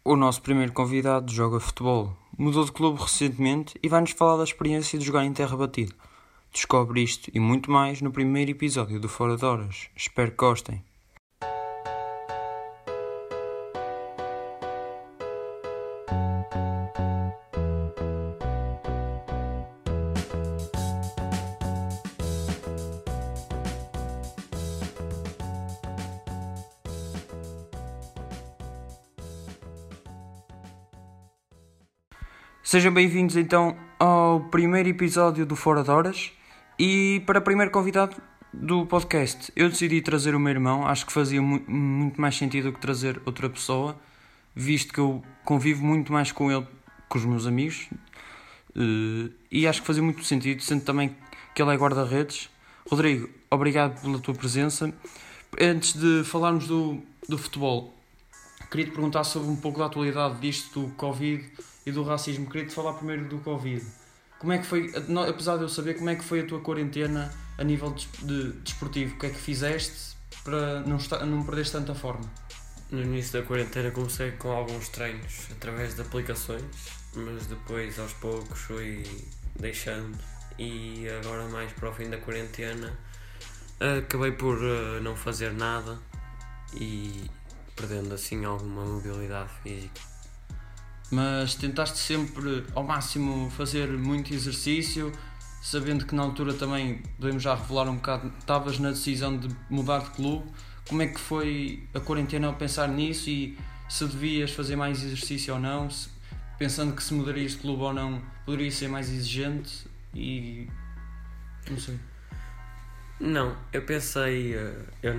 O nosso primeiro convidado joga futebol, mudou de clube recentemente e vai-nos falar da experiência de jogar em terra batida. Descobre isto e muito mais no primeiro episódio do Fora de Horas. Espero que gostem. Sejam bem-vindos então ao primeiro episódio do Fora de Horas e para o primeiro convidado do podcast eu decidi trazer o meu irmão. Acho que fazia muito mais sentido do que trazer outra pessoa, visto que eu convivo muito mais com ele que com os meus amigos, e acho que fazia muito sentido, sendo também que ele é guarda-redes. Rodrigo, obrigado pela tua presença. Antes de falarmos do futebol, queria-te perguntar sobre um pouco da atualidade disto do Covid e do racismo. Queria-te falar primeiro do Covid. Como é que foi, apesar de eu saber, como é que foi a tua quarentena a nível de desportivo? O que é que fizeste para não perderes tanta forma? No início da quarentena comecei com alguns treinos através de aplicações, mas depois aos poucos fui deixando e agora mais para o fim da quarentena acabei por não fazer nada e perdendo assim alguma mobilidade física. Mas tentaste sempre ao máximo fazer muito exercício, sabendo que na altura também, podemos já revelar um bocado, estavas na decisão de mudar de clube. Como é que foi a quarentena ao pensar nisso e se devias fazer mais exercício ou não, pensando que se mudarias de clube ou não, poderia ser mais exigente e... não sei. Não, eu pensei, eu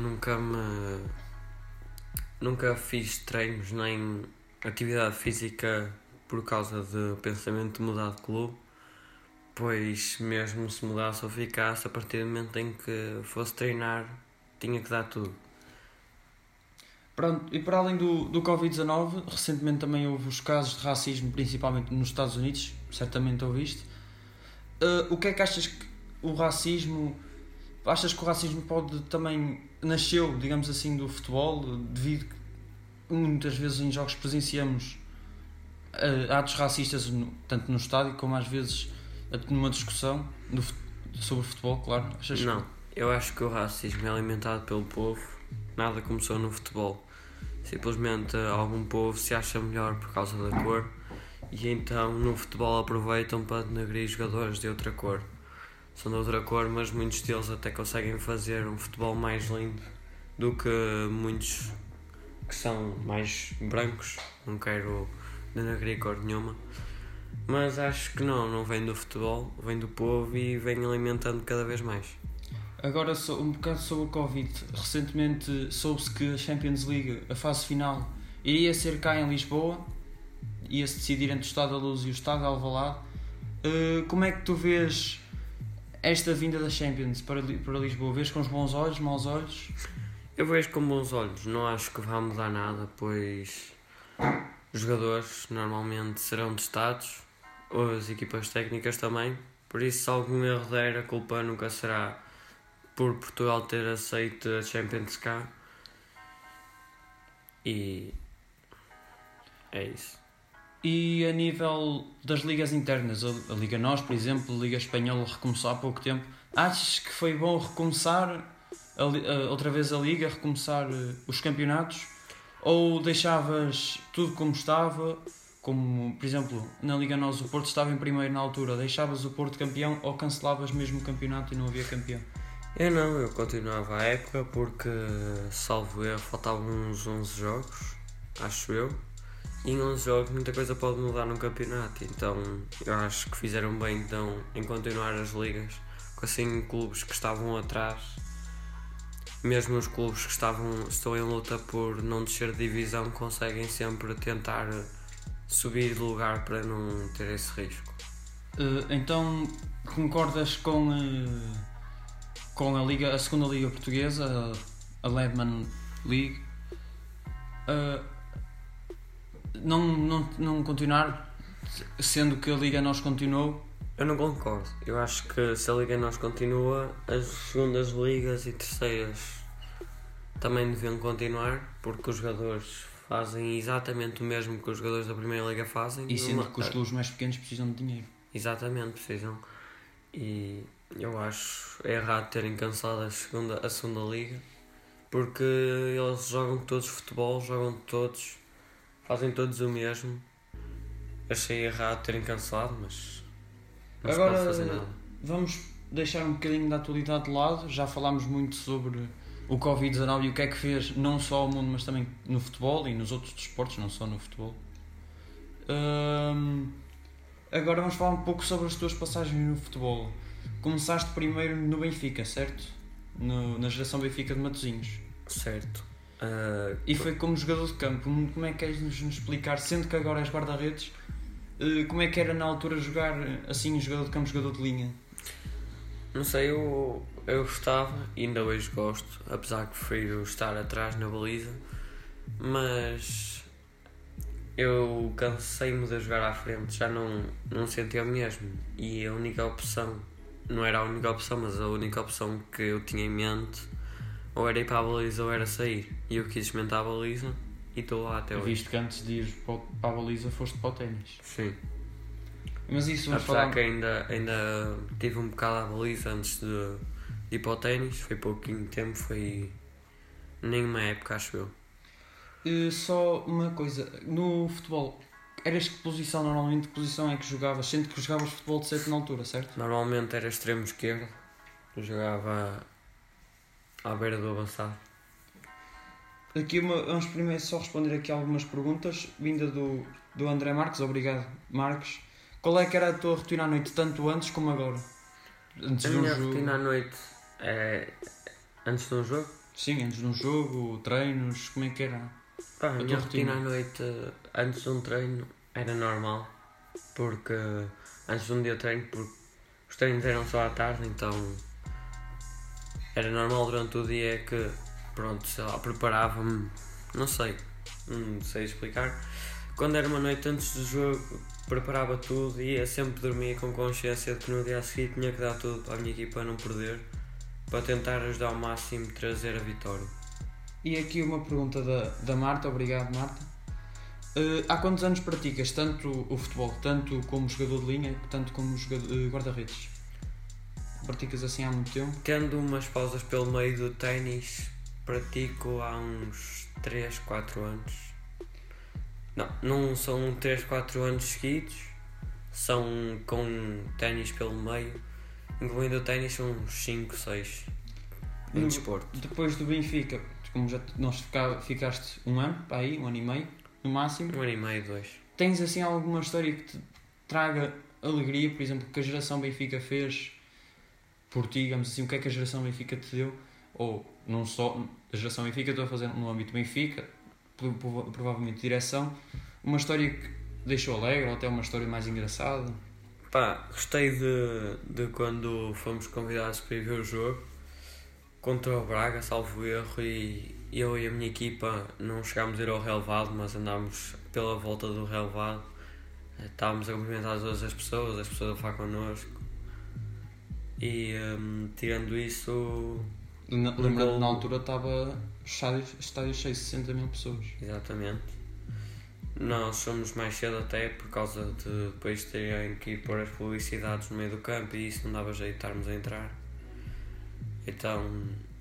nunca fiz treinos nem atividade física por causa de pensamento de mudar de clube, pois mesmo se mudasse ou ficasse, a partir do momento em que fosse treinar, tinha que dar tudo. Pronto, e para além do Covid-19, recentemente também houve os casos de racismo, principalmente nos Estados Unidos, certamente ouviste. O que é que achas que o racismo... Achas que o racismo pode também... nasceu, digamos assim, do futebol, devido que muitas vezes em jogos presenciamos atos racistas, tanto no estádio como às vezes numa discussão sobre futebol, claro. Não, eu acho que o racismo é alimentado pelo povo, nada começou no futebol. Simplesmente algum povo se acha melhor por causa da cor e então no futebol aproveitam para denegrir jogadores de outra cor. São de outra cor, mas muitos deles até conseguem fazer um futebol mais lindo do que muitos que são mais brancos. Não quero denegrir cor nenhuma, mas acho que não vem do futebol, vem do povo e vem alimentando cada vez mais. Agora um bocado sobre o Covid. Recentemente soube-se que a Champions League, a fase final, iria ser cá em Lisboa, ia-se decidir entre o Estádio da Luz e o Estádio de Alvalade. Como é que tu vês esta vinda da Champions para Lisboa? Vês com os bons olhos, maus olhos? Eu vejo com bons olhos, não acho que vá mudar nada, pois os jogadores normalmente serão testados, ou as equipas técnicas também, por isso se algum erro der, a culpa nunca será por Portugal ter aceito a Champions cá, e é isso. E a nível das ligas internas, a Liga NOS, por exemplo, a Liga Espanhola recomeçou há pouco tempo, achas que foi bom recomeçar outra vez a Liga, recomeçar os campeonatos, ou deixavas tudo como estava, como por exemplo na Liga NOS o Porto estava em primeiro na altura, deixavas o Porto campeão ou cancelavas mesmo o campeonato e não havia campeão? Eu continuava a época porque, salvo erro, faltavam uns 11 jogos, acho eu. E em 11 jogos muita coisa pode mudar no campeonato, então eu acho que fizeram bem então em continuar as ligas, com assim clubes que estavam atrás, mesmo os clubes que estão em luta por não descer de divisão, conseguem sempre tentar subir de lugar para não ter esse risco. Então concordas com a segunda liga portuguesa, a Lehman League? Não continuar, sendo que a Liga NOS continuou? Eu não concordo. Eu acho que se a Liga NOS continua, as segundas ligas e terceiras também deviam continuar, porque os jogadores Fazem exatamente o mesmo que os jogadores da Primeira Liga fazem. E sendo que os clubes mais pequenos precisam de dinheiro. Exatamente, precisam. E eu acho errado terem cancelado a segunda Liga, porque eles jogam todos futebol, fazem todos o mesmo. Achei errado terem cancelado, mas não se pode fazer nada. Vamos deixar um bocadinho da atualidade de lado. Já falámos muito sobre o Covid-19 e o que é que fez não só ao mundo, mas também no futebol e nos outros desportos, não só no futebol. Agora vamos falar um pouco sobre as tuas passagens no futebol. Começaste primeiro no Benfica, certo? Na geração Benfica de Matosinhos. Certo. E foi como jogador de campo. Como é que queres nos explicar, sendo que agora és guarda-redes, como é que era na altura jogar assim, jogador de campo, jogador de linha? Não sei, eu gostava, e ainda hoje gosto, apesar que prefiro estar atrás na baliza, mas eu cansei-me de jogar à frente, já não sentia o mesmo, e a única opção, não era a única opção, mas a única opção que eu tinha em mente ou era ir para a baliza ou era sair, e eu quis experimentar a baliza e estou lá até hoje. Visto que antes de ir para a baliza foste para o ténis. Sim. Mas isso vamos apesar falar... que ainda tive um bocado à baliza antes de ir para o ténis, foi pouquinho tempo, foi nem uma época, acho eu. Só uma coisa, no futebol, eras que posição normalmente? Que posição é que jogavas? Sendo que jogavas futebol de 7 na altura, certo? Normalmente era extremo esquerdo, eu jogava à beira do avançado. Aqui vamos primeiro só responder aqui algumas perguntas, vinda do André Marques, obrigado Marques. Qual é que era a tua rotina à noite, tanto antes como agora? Antes A de um minha jogo? rotina à noite é antes de um jogo? Sim, antes de um jogo, treinos, como é que era? A minha rotina à noite antes de um treino era normal, porque antes de um dia de treino, porque os treinos eram só à tarde, então era normal durante o dia que, pronto, sei lá, preparava-me, não sei explicar. Quando era uma noite antes do jogo, preparava tudo e ia sempre dormir com consciência de que no dia a seguir tinha que dar tudo à minha equipa a não perder, para tentar ajudar ao máximo a trazer a vitória. E aqui uma pergunta da Marta, obrigado Marta. Há quantos anos praticas tanto o futebol, tanto como jogador de linha, tanto como guarda-redes? Praticas assim há muito tempo? Tendo umas pausas pelo meio do ténis, pratico há uns 3, 4 anos. Não são 3, 4 anos seguidos, são com ténis pelo meio, incluindo o ténis são uns 5, 6 em desporto. Depois do Benfica, como já ficaste um ano, para aí, um ano e meio, no máximo. 1 ano e meio, 2. Tens assim alguma história que te traga alegria, por exemplo, que a geração Benfica fez por ti, digamos assim, o que é que a geração Benfica te deu? Ou não só a geração Benfica, estou a fazer no âmbito Benfica, provavelmente direção, uma história que deixou alegre ou até uma história mais engraçada? Gostei de quando fomos convidados para ir ver o jogo contra o Braga, salvo erro, e eu e a minha equipa não chegámos a ir ao relevado, mas andámos pela volta do relevado, estávamos a cumprimentar todas as pessoas a falar connosco, e tirando isso... Lembrando, na altura estava estádio cheio de 60 mil pessoas. Exatamente. Nós fomos mais cedo até por causa de depois terem que ir pôr as publicidades no meio do campo e isso não dava jeito de estarmos a entrar. Então...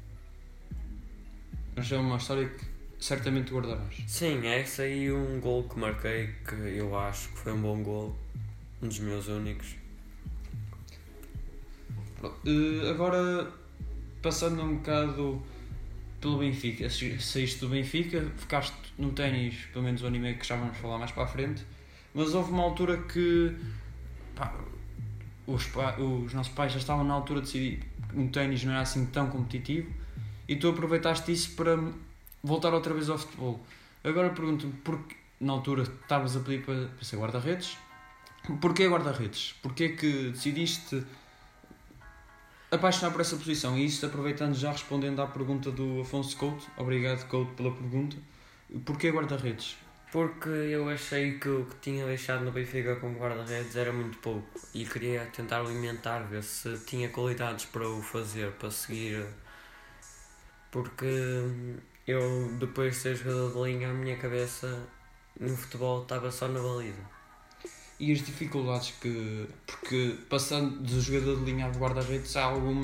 Mas é uma história que certamente guardarás. Sim, essa e um gol que marquei que eu acho que foi um bom gol. Um dos meus únicos. Agora, passando um bocado pelo Benfica, saíste do Benfica, ficaste no ténis pelo menos um ano e meio, que já vamos falar mais para a frente, mas houve uma altura que os nossos pais já estavam na altura de decidir que o ténis não era assim tão competitivo e tu aproveitaste isso para voltar outra vez ao futebol. Agora pergunto-me, porque na altura estavas a pedir para ser guarda-redes, porquê guarda-redes? Porquê que decidiste apaixonar por essa posição? E isto aproveitando, já respondendo à pergunta do Afonso Couto, obrigado Couto pela pergunta, porquê guarda-redes? Porque eu achei que o que tinha deixado no Benfica como guarda-redes era muito pouco e queria tentar alimentar, ver se tinha qualidades para o fazer, para seguir, porque Eu, depois de ser jogador de linha, a minha cabeça no futebol estava só na baliza. E as dificuldades que... Porque passando de jogador de linha a guarda-redes há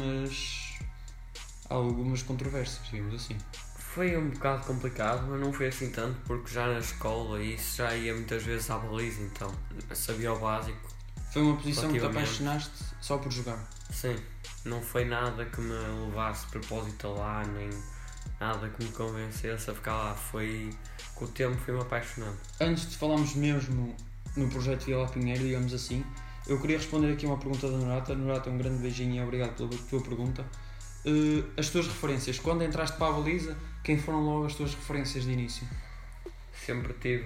algumas controvérsias, digamos assim. Foi um bocado complicado, mas não foi assim tanto, porque já na escola isso já ia muitas vezes à baliza, então sabia o básico. Foi uma posição que te apaixonaste só por jogar? Sim, não foi nada que me levasse de propósito a lá, nem nada que me convencesse a ficar lá. Foi, com o tempo, fui-me apaixonando. Antes de falarmos mesmo no projeto Vila Pinheiro, digamos assim, eu queria responder aqui uma pergunta da Norata. Norata, um grande beijinho e obrigado pela tua pergunta. As tuas referências, quando entraste para a baliza, quem foram logo as tuas referências de início? Sempre tive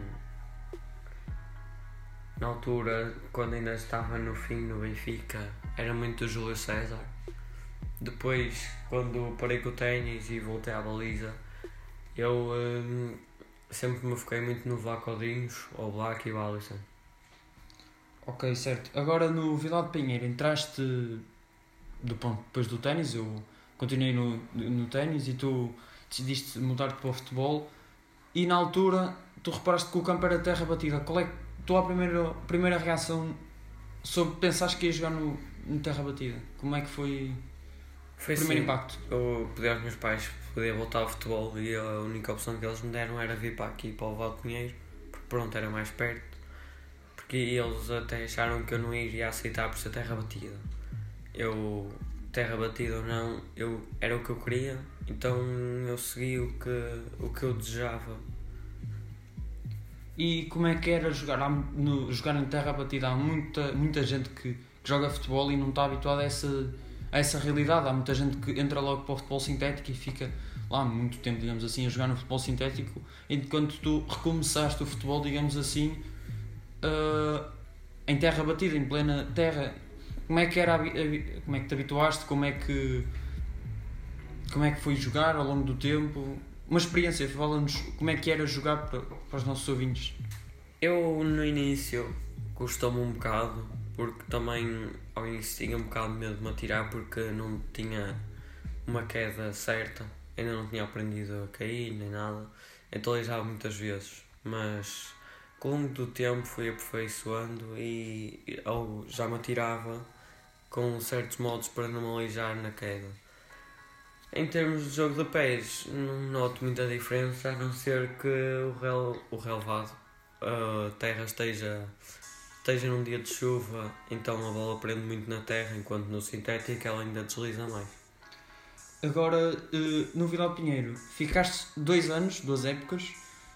na altura, quando ainda estava no fim no Benfica, era muito o Júlio César. Depois, quando parei com o ténis e voltei à baliza, eu sempre me foquei muito no Vlacodinhos, ou Black e o Alisson. Ok, certo. Agora no Vila de Pinheiro entraste depois do ténis, eu continuei no ténis e tu decidiste mudar-te para o futebol e na altura tu reparaste que o campo era terra batida. Qual é a tua primeira reação sobre pensares que ias jogar no terra batida? Como é que foi o primeiro impacto? Eu pedi aos meus pais poder voltar ao futebol e a única opção que eles me deram era vir para aqui, para o Val de Pinheiro, porque pronto, era mais perto, porque eles até acharam que eu não iria aceitar por ser terra batida. Terra batida ou não, era o que eu queria, então eu segui o que eu desejava. E como é que era jogar em terra batida? Há muita gente que joga futebol e não está habituada a essa realidade. Há muita gente que entra logo para o futebol sintético e fica lá muito tempo, digamos assim, a jogar no futebol sintético, enquanto tu recomeçaste o futebol, digamos assim, em terra batida, em plena terra. Como é que te habituaste? Como é que foi jogar ao longo do tempo? Uma experiência, fala-nos como é que era jogar para os nossos ouvintes. Eu no início custou-me um bocado, porque também ao início tinha um bocado de medo de me atirar porque não tinha uma queda certa, ainda não tinha aprendido a cair nem nada, então aleijava muitas vezes, mas ao longo do tempo fui aperfeiçoando e eu já me atirava com certos modos para não me aleijar na queda. Em termos de jogo de pés, não noto muita diferença, a não ser que o relevado, a terra esteja num dia de chuva, então a bola prende muito na terra, enquanto no sintético ela ainda desliza mais. Agora, no Vila Pinheiro, ficaste 2 anos, 2 épocas,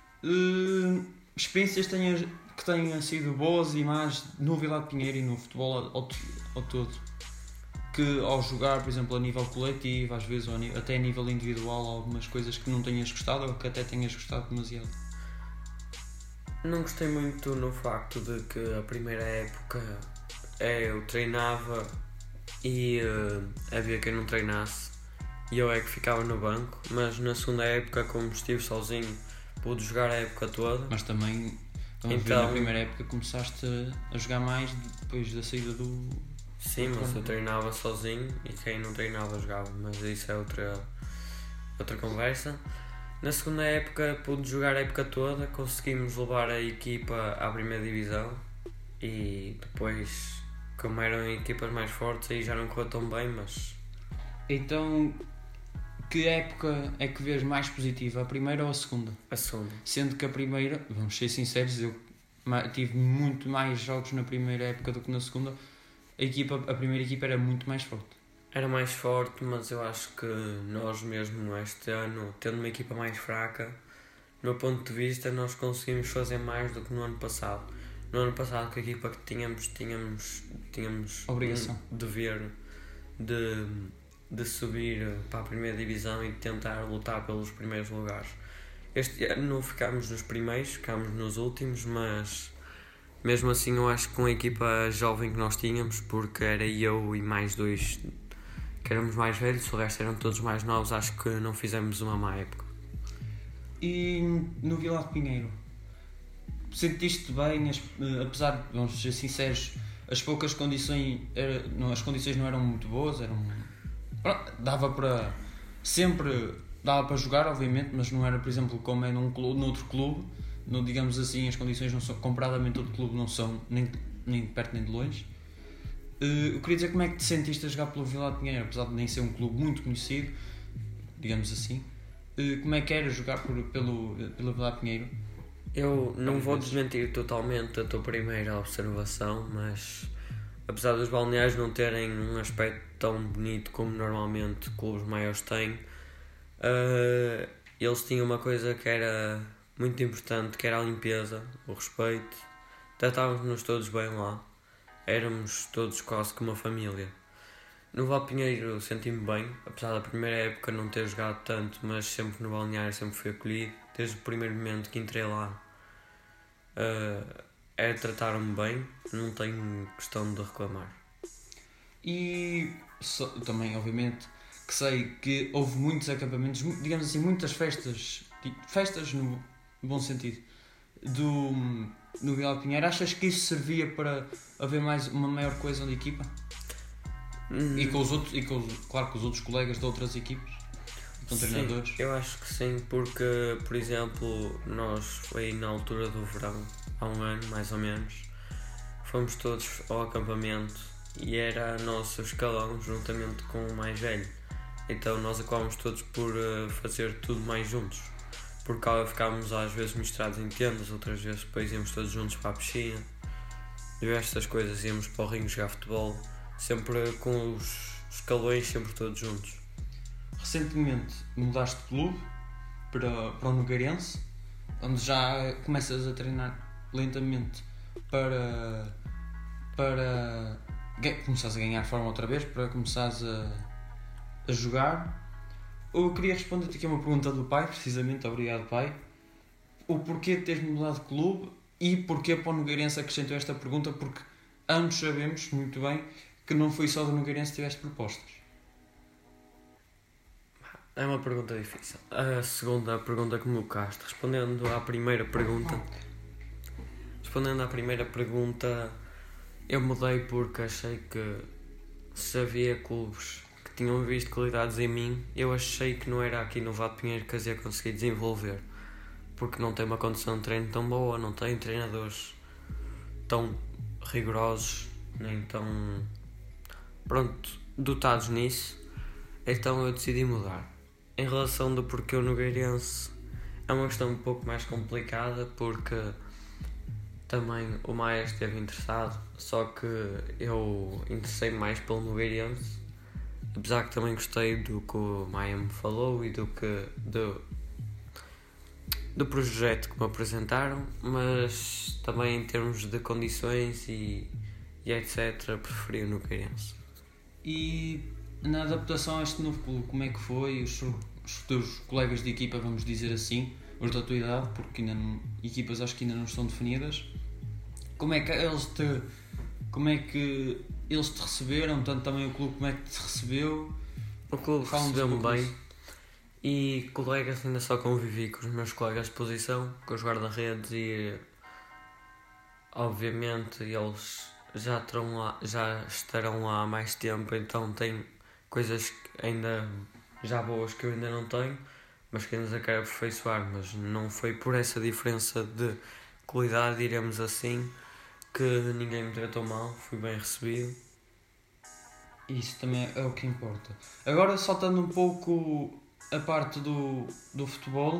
experiências que tenham sido boas e más no Vila Pinheiro e no futebol ao todo? Que ao jogar, por exemplo, a nível coletivo, às vezes até a nível individual, algumas coisas que não tenhas gostado ou que até tenhas gostado demasiado? Não gostei muito no facto de que a primeira época eu treinava e havia quem não treinasse e eu é que ficava no banco, mas na segunda época, como estive sozinho, pude jogar a época toda. Mas também na primeira época começaste a jogar mais depois da saída do... Sim, mas eu treinava sozinho e quem não treinava jogava, mas isso é outra conversa. Na segunda época pude jogar a época toda, conseguimos levar a equipa à primeira divisão e depois, como eram equipas mais fortes, aí já não correu tão bem, mas... Então, que época é que vês mais positiva, a primeira ou a segunda? A segunda. Sendo que a primeira, vamos ser sinceros, eu tive muito mais jogos na primeira época do que na segunda. A primeira equipa era muito mais forte. Era mais forte, mas eu acho que nós mesmo este ano, tendo uma equipa mais fraca, do meu ponto de vista, nós conseguimos fazer mais do que no ano passado. No ano passado, com a equipa que tínhamos obrigação, dever de subir para a primeira divisão e de tentar lutar pelos primeiros lugares. Este ano ficámos nos primeiros, ficámos nos últimos, mas mesmo assim eu acho que com a equipa jovem que nós tínhamos, porque era eu e mais 2 que éramos mais velhos, o resto eram todos mais novos, acho que não fizemos uma má época. E no Vila de Pinheiro, sentiste bem, apesar de, vamos ser sinceros, as poucas condições, as condições não eram muito boas, dava para sempre dava para jogar, obviamente, mas não era, por exemplo, como é noutro clube, digamos assim, as condições não são, comparadamente outro clube, não são nem de perto nem de longe. Eu queria dizer como é que te sentiste a jogar pelo Vila de Pinheiro, apesar de nem ser um clube muito conhecido, digamos assim. Como é que era jogar pelo Vila de Pinheiro? Eu não vou desmentir totalmente a tua primeira observação, mas apesar dos balneários não terem um aspecto tão bonito como normalmente clubes maiores têm, eles tinham uma coisa que era muito importante, que era a limpeza, o respeito. Tratávamos-nos todos bem lá, éramos todos quase como uma família. No Val Pinheiro senti-me bem, apesar da primeira época não ter jogado tanto, mas sempre no balneário sempre fui acolhido. Desde o primeiro momento que entrei lá, trataram-me bem, não tenho questão de reclamar. E também, obviamente, que sei que houve muitos acampamentos, digamos assim, muitas festas no bom sentido, no Vila Pinheiro. Achas que isso servia para haver uma maior coesão de equipa? E com os outros, claro, com os outros colegas de outras equipas, com treinadores? Eu acho que sim, porque, por exemplo, nós foi na altura do verão, há um ano mais ou menos, fomos todos ao acampamento e era nosso escalão juntamente com o mais velho. Então nós acabámos todos por fazer tudo mais juntos, porque ficámos às vezes misturados em tendas, outras vezes depois íamos todos juntos para a piscina, diversas coisas, íamos para o ringue jogar futebol, sempre com os escalões sempre todos juntos. Recentemente mudaste de clube para o Nogueirense, onde já começas a treinar lentamente para começares a ganhar forma outra vez, para começares a jogar. Eu queria responder-te aqui a uma pergunta do pai, precisamente, obrigado pai. O porquê de teres mudado de clube e porquê para o Nogueirense acrescentou esta pergunta, porque ambos sabemos muito bem que não foi só do Nogueirense que tiveste propostas. É uma pergunta difícil. A segunda pergunta que me colocaste, respondendo à primeira pergunta, eu mudei porque achei que se havia clubes que tinham visto qualidades em mim, eu achei que não era aqui no Vado Pinheiro que as ia conseguir desenvolver, porque não tem uma condição de treino tão boa, não tem treinadores tão rigorosos, nem tão dotados nisso, então eu decidi mudar. Em relação do porquê o Nogueirense, é uma questão um pouco mais complicada, porque também o Maia esteve interessado, só que eu interessei mais pelo Nogueirense, apesar que também gostei do que o Maia me falou e do projeto que me apresentaram, mas também em termos de condições e etc, preferi o Nogueirense. E na adaptação a este novo clube, como é que foi? Os teus colegas de equipa, vamos dizer assim, os da tua idade, porque equipas acho que ainda não estão definidas, como é que eles te receberam, tanto também o clube, como é que te recebeu? O clube recebeu-me bem e colegas, ainda só convivi com os meus colegas de posição, com os guarda-redes, e obviamente eles já estarão lá há mais tempo, então têm coisas ainda já boas que eu ainda não tenho, mas que ainda quero aperfeiçoar. Mas não foi por essa diferença de qualidade, diremos assim, que ninguém me tratou mal, fui bem recebido. Isso também é o que importa. Agora, saltando um pouco a parte do futebol,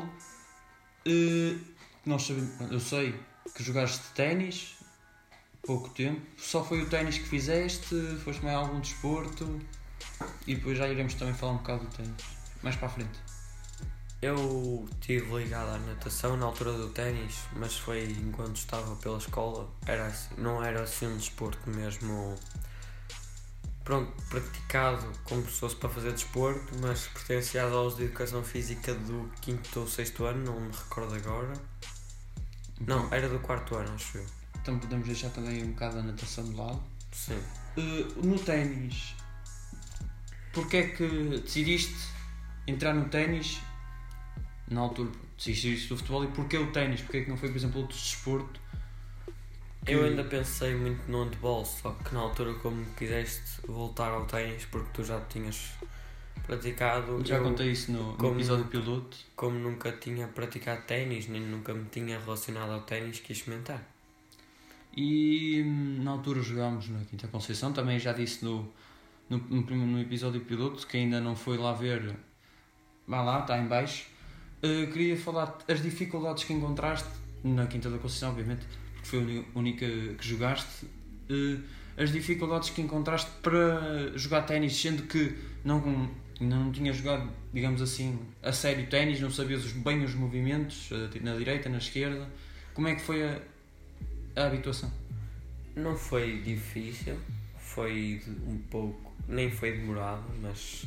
eu sei que jogaste ténis pouco tempo, só foi o ténis que fizeste, foste mais algum desporto, e depois já iremos também falar um bocado do ténis mais para a frente. Eu estive ligado à natação na altura do ténis, mas foi enquanto estava pela escola, não era assim um desporto mesmo praticado como se fosse para fazer desporto, mas pertencia às aulas de educação física do 5º ou 6º ano, não me recordo agora. Não, era do 4º ano, acho eu. Então podemos deixar também um bocado a natação de lado. Sim. No ténis, porque é que decidiste entrar no ténis? Na altura decidiste do futebol, e porquê o ténis? Porquê é que não foi, por exemplo, outro desporto? Eu ainda pensei muito no handball, só que na altura, como quiseste voltar ao ténis, porque tu já tinhas praticado. Já contei isso no episódio piloto. Como nunca tinha praticado ténis, nem nunca me tinha relacionado ao ténis, quis experimentar. E na altura jogámos na Quinta Conceição, também já disse no episódio piloto, que ainda não foi lá ver, vá lá, está em baixo. Queria falar as dificuldades que encontraste na Quinta da Conceição, obviamente, porque foi a única que jogaste. As dificuldades que encontraste para jogar ténis, sendo que não tinha jogado, digamos assim, a sério ténis, não sabias bem os movimentos, na direita, na esquerda. Como é que foi a habituação? Não foi difícil, foi um pouco, nem foi demorado, mas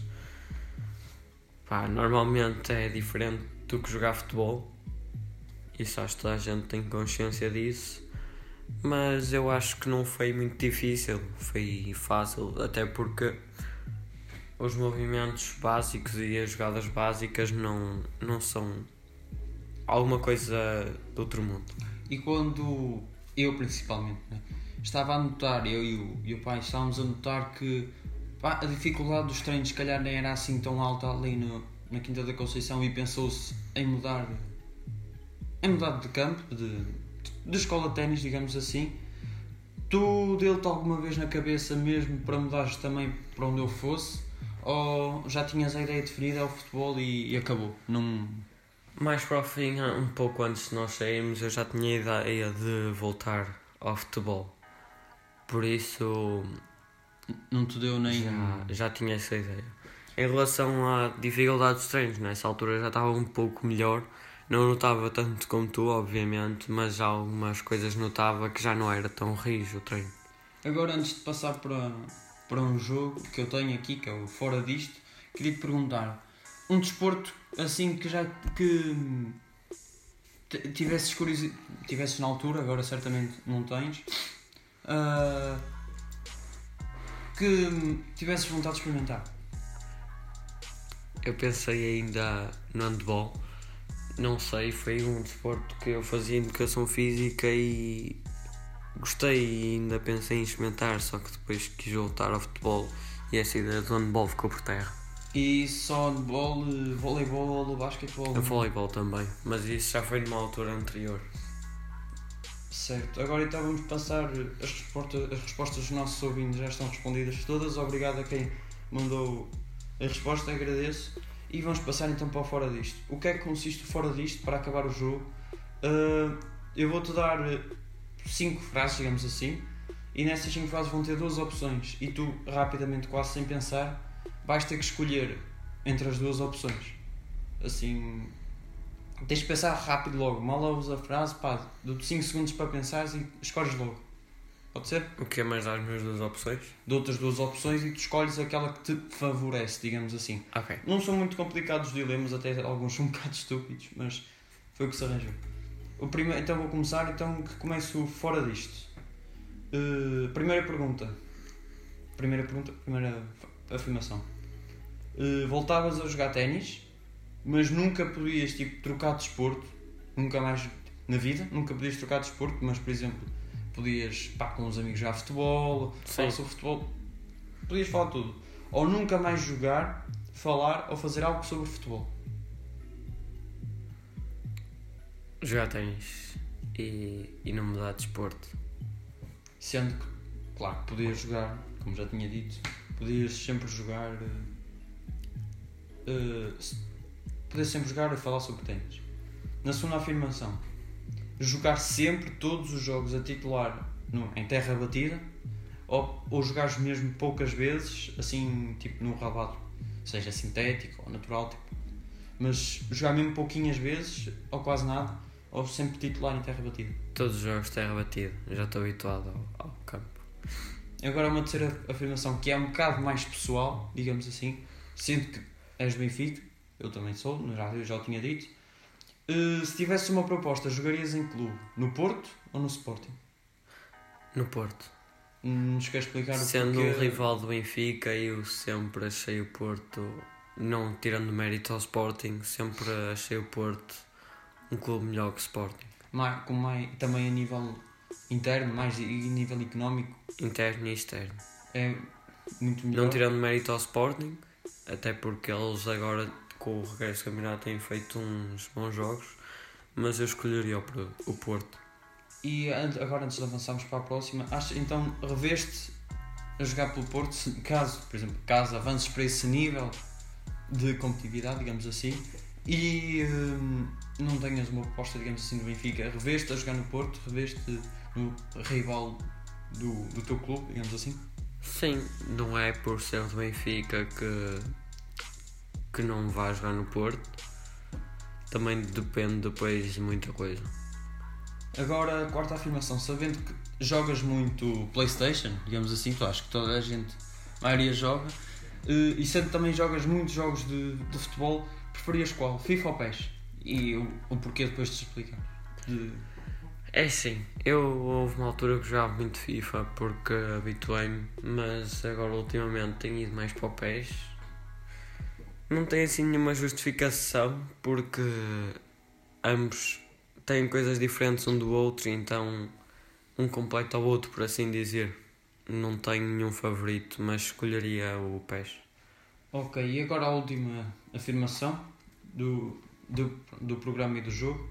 normalmente é diferente do que jogar futebol. Isso acho que toda a gente tem consciência disso. Mas eu acho que não foi muito difícil, foi fácil, até porque os movimentos básicos e as jogadas básicas não são alguma coisa do outro mundo. E quando eu principalmente, né, estava a notar, eu e o pai estávamos a notar que a dificuldade dos treinos se calhar nem era assim tão alta ali na Quinta da Conceição, e pensou-se em mudar de campo, de escola de ténis, digamos assim. Tu deu-te alguma vez na cabeça mesmo para mudares também para onde eu fosse? Ou já tinhas a ideia definida ao futebol e acabou? Não... Mais para o fim, um pouco antes de nós sairmos, eu já tinha a ideia de voltar ao futebol. Por isso... Não te deu nem... Já tinha essa ideia. Em relação à dificuldade dos treinos, nessa altura já estava um pouco melhor. Não notava tanto como tu, obviamente, mas algumas coisas notava que já não era tão rijo o treino. Agora, antes de passar para um jogo que eu tenho aqui, que é o Fora Disto, queria te perguntar um desporto assim que tivesses na altura, agora certamente não tens, que tivesses vontade de experimentar. Eu pensei ainda no handball. Não sei, foi um desporto que eu fazia em educação física e gostei e ainda pensei em experimentar, só que depois quis voltar ao futebol e essa ideia do handball ficou por terra. E só handball, voleibol, basquetebol? O voleibol também, mas isso já foi numa altura anterior. Certo, agora então vamos passar as respostas dos nossos ouvintes, já estão respondidas todas. Obrigado a quem mandou a resposta, agradeço. E vamos passar então para o Fora Disto. O que é que consiste o Fora Disto para acabar o jogo? Eu vou-te dar 5 frases, digamos assim, e nessas 5 frases vão ter 2 opções e tu, rapidamente, quase sem pensar, vais ter que escolher entre as 2 opções. Assim, tens de pensar rápido logo. Mal ouves a frase, dou-te 5 segundos para pensares e escolhes logo. Pode ser? O que é mais dar as minhas 2 opções? Dou-te as 2 opções e tu escolhes aquela que te favorece, digamos assim. Ok. Não são muito complicados os dilemas, até alguns são um bocado estúpidos, mas foi o que se arranjou. Então vou começar, que começo fora disto. Primeira afirmação. Voltavas a jogar ténis, mas nunca podias trocar de desporto, nunca mais na vida, nunca podias trocar de desporto, mas por exemplo, podias com uns amigos jogar futebol, falar sobre futebol, podias falar tudo. Ou nunca mais jogar, falar ou fazer algo sobre futebol. Jogar ténis e não mudar de desporto. Sendo que, claro, podias jogar, como já tinha dito, podias sempre jogar a falar sobre ténis. Na segunda afirmação, jogar sempre todos os jogos a titular em terra batida, ou jogares mesmo poucas vezes, assim, tipo no relvado, seja sintético ou natural, mas jogar mesmo pouquinhas vezes, ou quase nada, ou sempre titular em terra batida. Todos os jogos de terra batida, já estou habituado ao campo. Agora uma terceira afirmação que é um bocado mais pessoal, digamos assim, sendo que és do Benfica, eu também sou, eu já o tinha dito. Se tivesse uma proposta, jogarias em clube, no Porto ou no Sporting? No Porto. Nos queres explicar o porquê? Sendo um rival do Benfica, eu sempre achei o Porto, não tirando mérito ao Sporting, sempre achei o Porto um clube melhor que o Sporting. Também a nível interno, mais e nível económico? Interno e externo. É muito melhor. Não tirando mérito ao Sporting, até porque eles agora, com o regresso do campeonato, têm feito uns bons jogos, mas eu escolheria o Porto. E agora, antes de avançarmos para a próxima, então reveste a jogar pelo Porto, por exemplo, caso avances para esse nível de competitividade, digamos assim, e não tenhas uma proposta, digamos assim, do Benfica, reveste a jogar no Porto, reveste no rival do teu clube, digamos assim? Sim, não é por ser do Benfica que não vai jogar no Porto. Também depende depois de muita coisa. Agora, a quarta afirmação, sabendo que jogas muito PlayStation, digamos assim, tu acho que toda a gente, a maioria joga, e sendo também jogas muitos jogos de futebol, preferias qual? FIFA ou PES? E o porquê depois te explicar. É sim, houve uma altura que jogava muito FIFA porque habituei-me, mas agora ultimamente tenho ido mais para o PES. Não tem assim nenhuma justificação porque ambos têm coisas diferentes um do outro, então um completa o outro, por assim dizer. Não tenho nenhum favorito, mas escolheria o PES. Ok, e agora a última afirmação do programa e do jogo.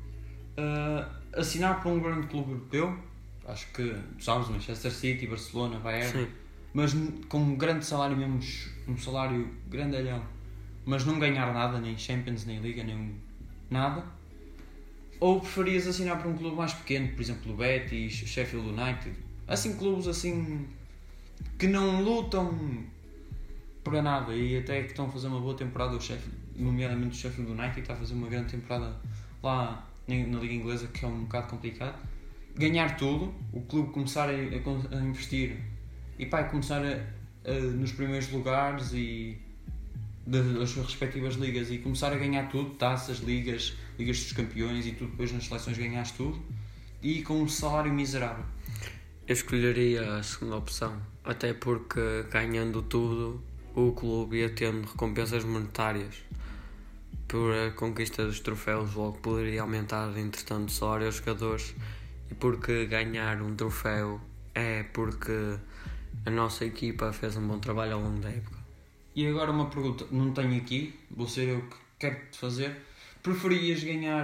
Assinar para um grande clube europeu, acho que tu sabes, Manchester City, Barcelona, Bayern, sim, mas com um grande salário mesmo, um salário grandalhão, mas não ganhar nada, nem Champions, nem Liga, nem nada. Ou preferias assinar para um clube mais pequeno, por exemplo o Betis, Sheffield United, assim clubes assim que não lutam para nada e até que estão a fazer uma boa temporada, o Sheffield, nomeadamente o Sheffield United está a fazer uma grande temporada lá na Liga Inglesa, que é um bocado complicado. Ganhar tudo, o clube começar a investir e começar nos primeiros lugares e das suas respectivas ligas e começar a ganhar tudo, taças, ligas dos campeões e tudo, depois nas seleções ganhares tudo e com um salário miserável. eu escolheria a segunda opção, até porque ganhando tudo o clube ia tendo recompensas monetárias por a conquista dos troféus, logo poderia aumentar entretanto o salário aos jogadores, e porque ganhar um troféu é porque a nossa equipa fez um bom trabalho ao longo da época. E agora uma pergunta, não tenho aqui, vou ser eu que quero-te fazer. Preferias ganhar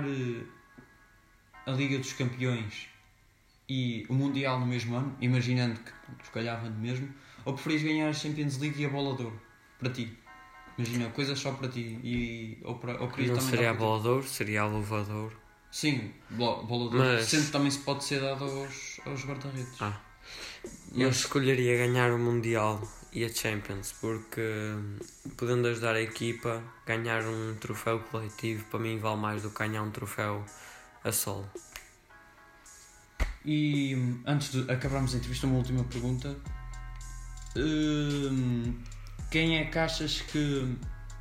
a Liga dos Campeões e o Mundial no mesmo ano, imaginando que calhava mesmo, ou preferias ganhar a Champions League e a Bola de Ouro, para ti? Imagina, coisas só para ti. Ou Não seria a Bola de Ouro, seria a Luva de Ouro. Sim, Bola de Ouro, mas sempre também se pode ser dado aos guarda-redes. Eu escolheria ganhar o Mundial e a Champions, porque podendo ajudar a equipa, ganhar um troféu coletivo para mim vale mais do que ganhar um troféu a solo. E antes de acabarmos a entrevista, uma última pergunta. Quem é que achas que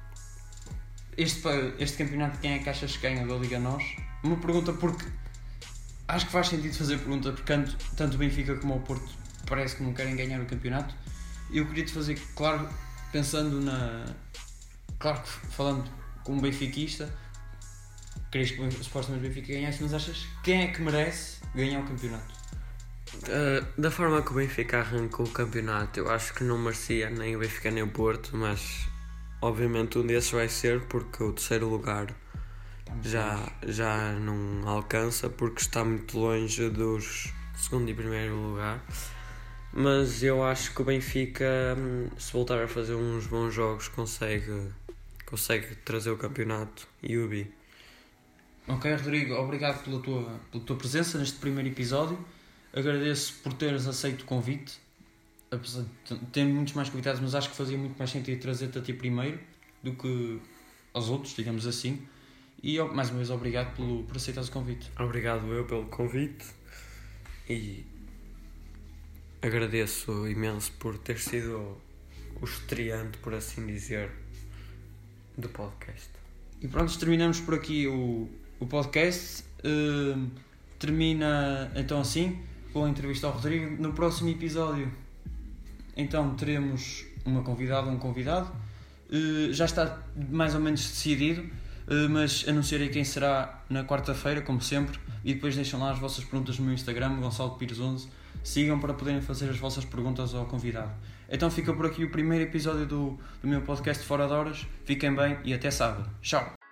este campeonato, quem é que achas que ganha da Liga Nós? Uma pergunta porque acho que faz sentido fazer pergunta, porque tanto o Benfica como o Porto parece que não querem ganhar o campeonato. Eu queria te fazer, claro, pensando claro que falando como benfiquista, querias que supostamente o Benfica ganhasse, mas achas quem é que merece ganhar o campeonato? Da forma que o Benfica arrancou o campeonato, eu acho que não merecia nem o Benfica nem o Porto, mas obviamente um desses vai ser, porque o terceiro lugar já não alcança, porque está muito longe dos segundo e primeiro lugar. Mas eu acho que o Benfica, se voltar a fazer uns bons jogos, consegue trazer o campeonato e o bi. Ok, Rodrigo, obrigado pela tua presença neste primeiro episódio. Agradeço por teres aceito o convite. Apesar de ter muitos mais convidados, mas acho que fazia muito mais sentido trazer-te a ti primeiro do que aos outros, digamos assim. E mais uma vez obrigado por aceitares o convite. Obrigado eu pelo convite e agradeço imenso por ter sido o estreante, por assim dizer, do podcast. E pronto, terminamos por aqui o podcast. Termina então assim com a entrevista ao Rodrigo. No próximo episódio então teremos uma convidada, um convidado. Já está mais ou menos decidido. mas anunciarei quem será na quarta-feira, como sempre, e depois deixam lá as vossas perguntas no meu Instagram, Gonçalo Pires 11. Sigam para poderem fazer as vossas perguntas ao convidado. Então fica por aqui o primeiro episódio do meu podcast Fora de Horas. Fiquem bem e até sábado. Tchau!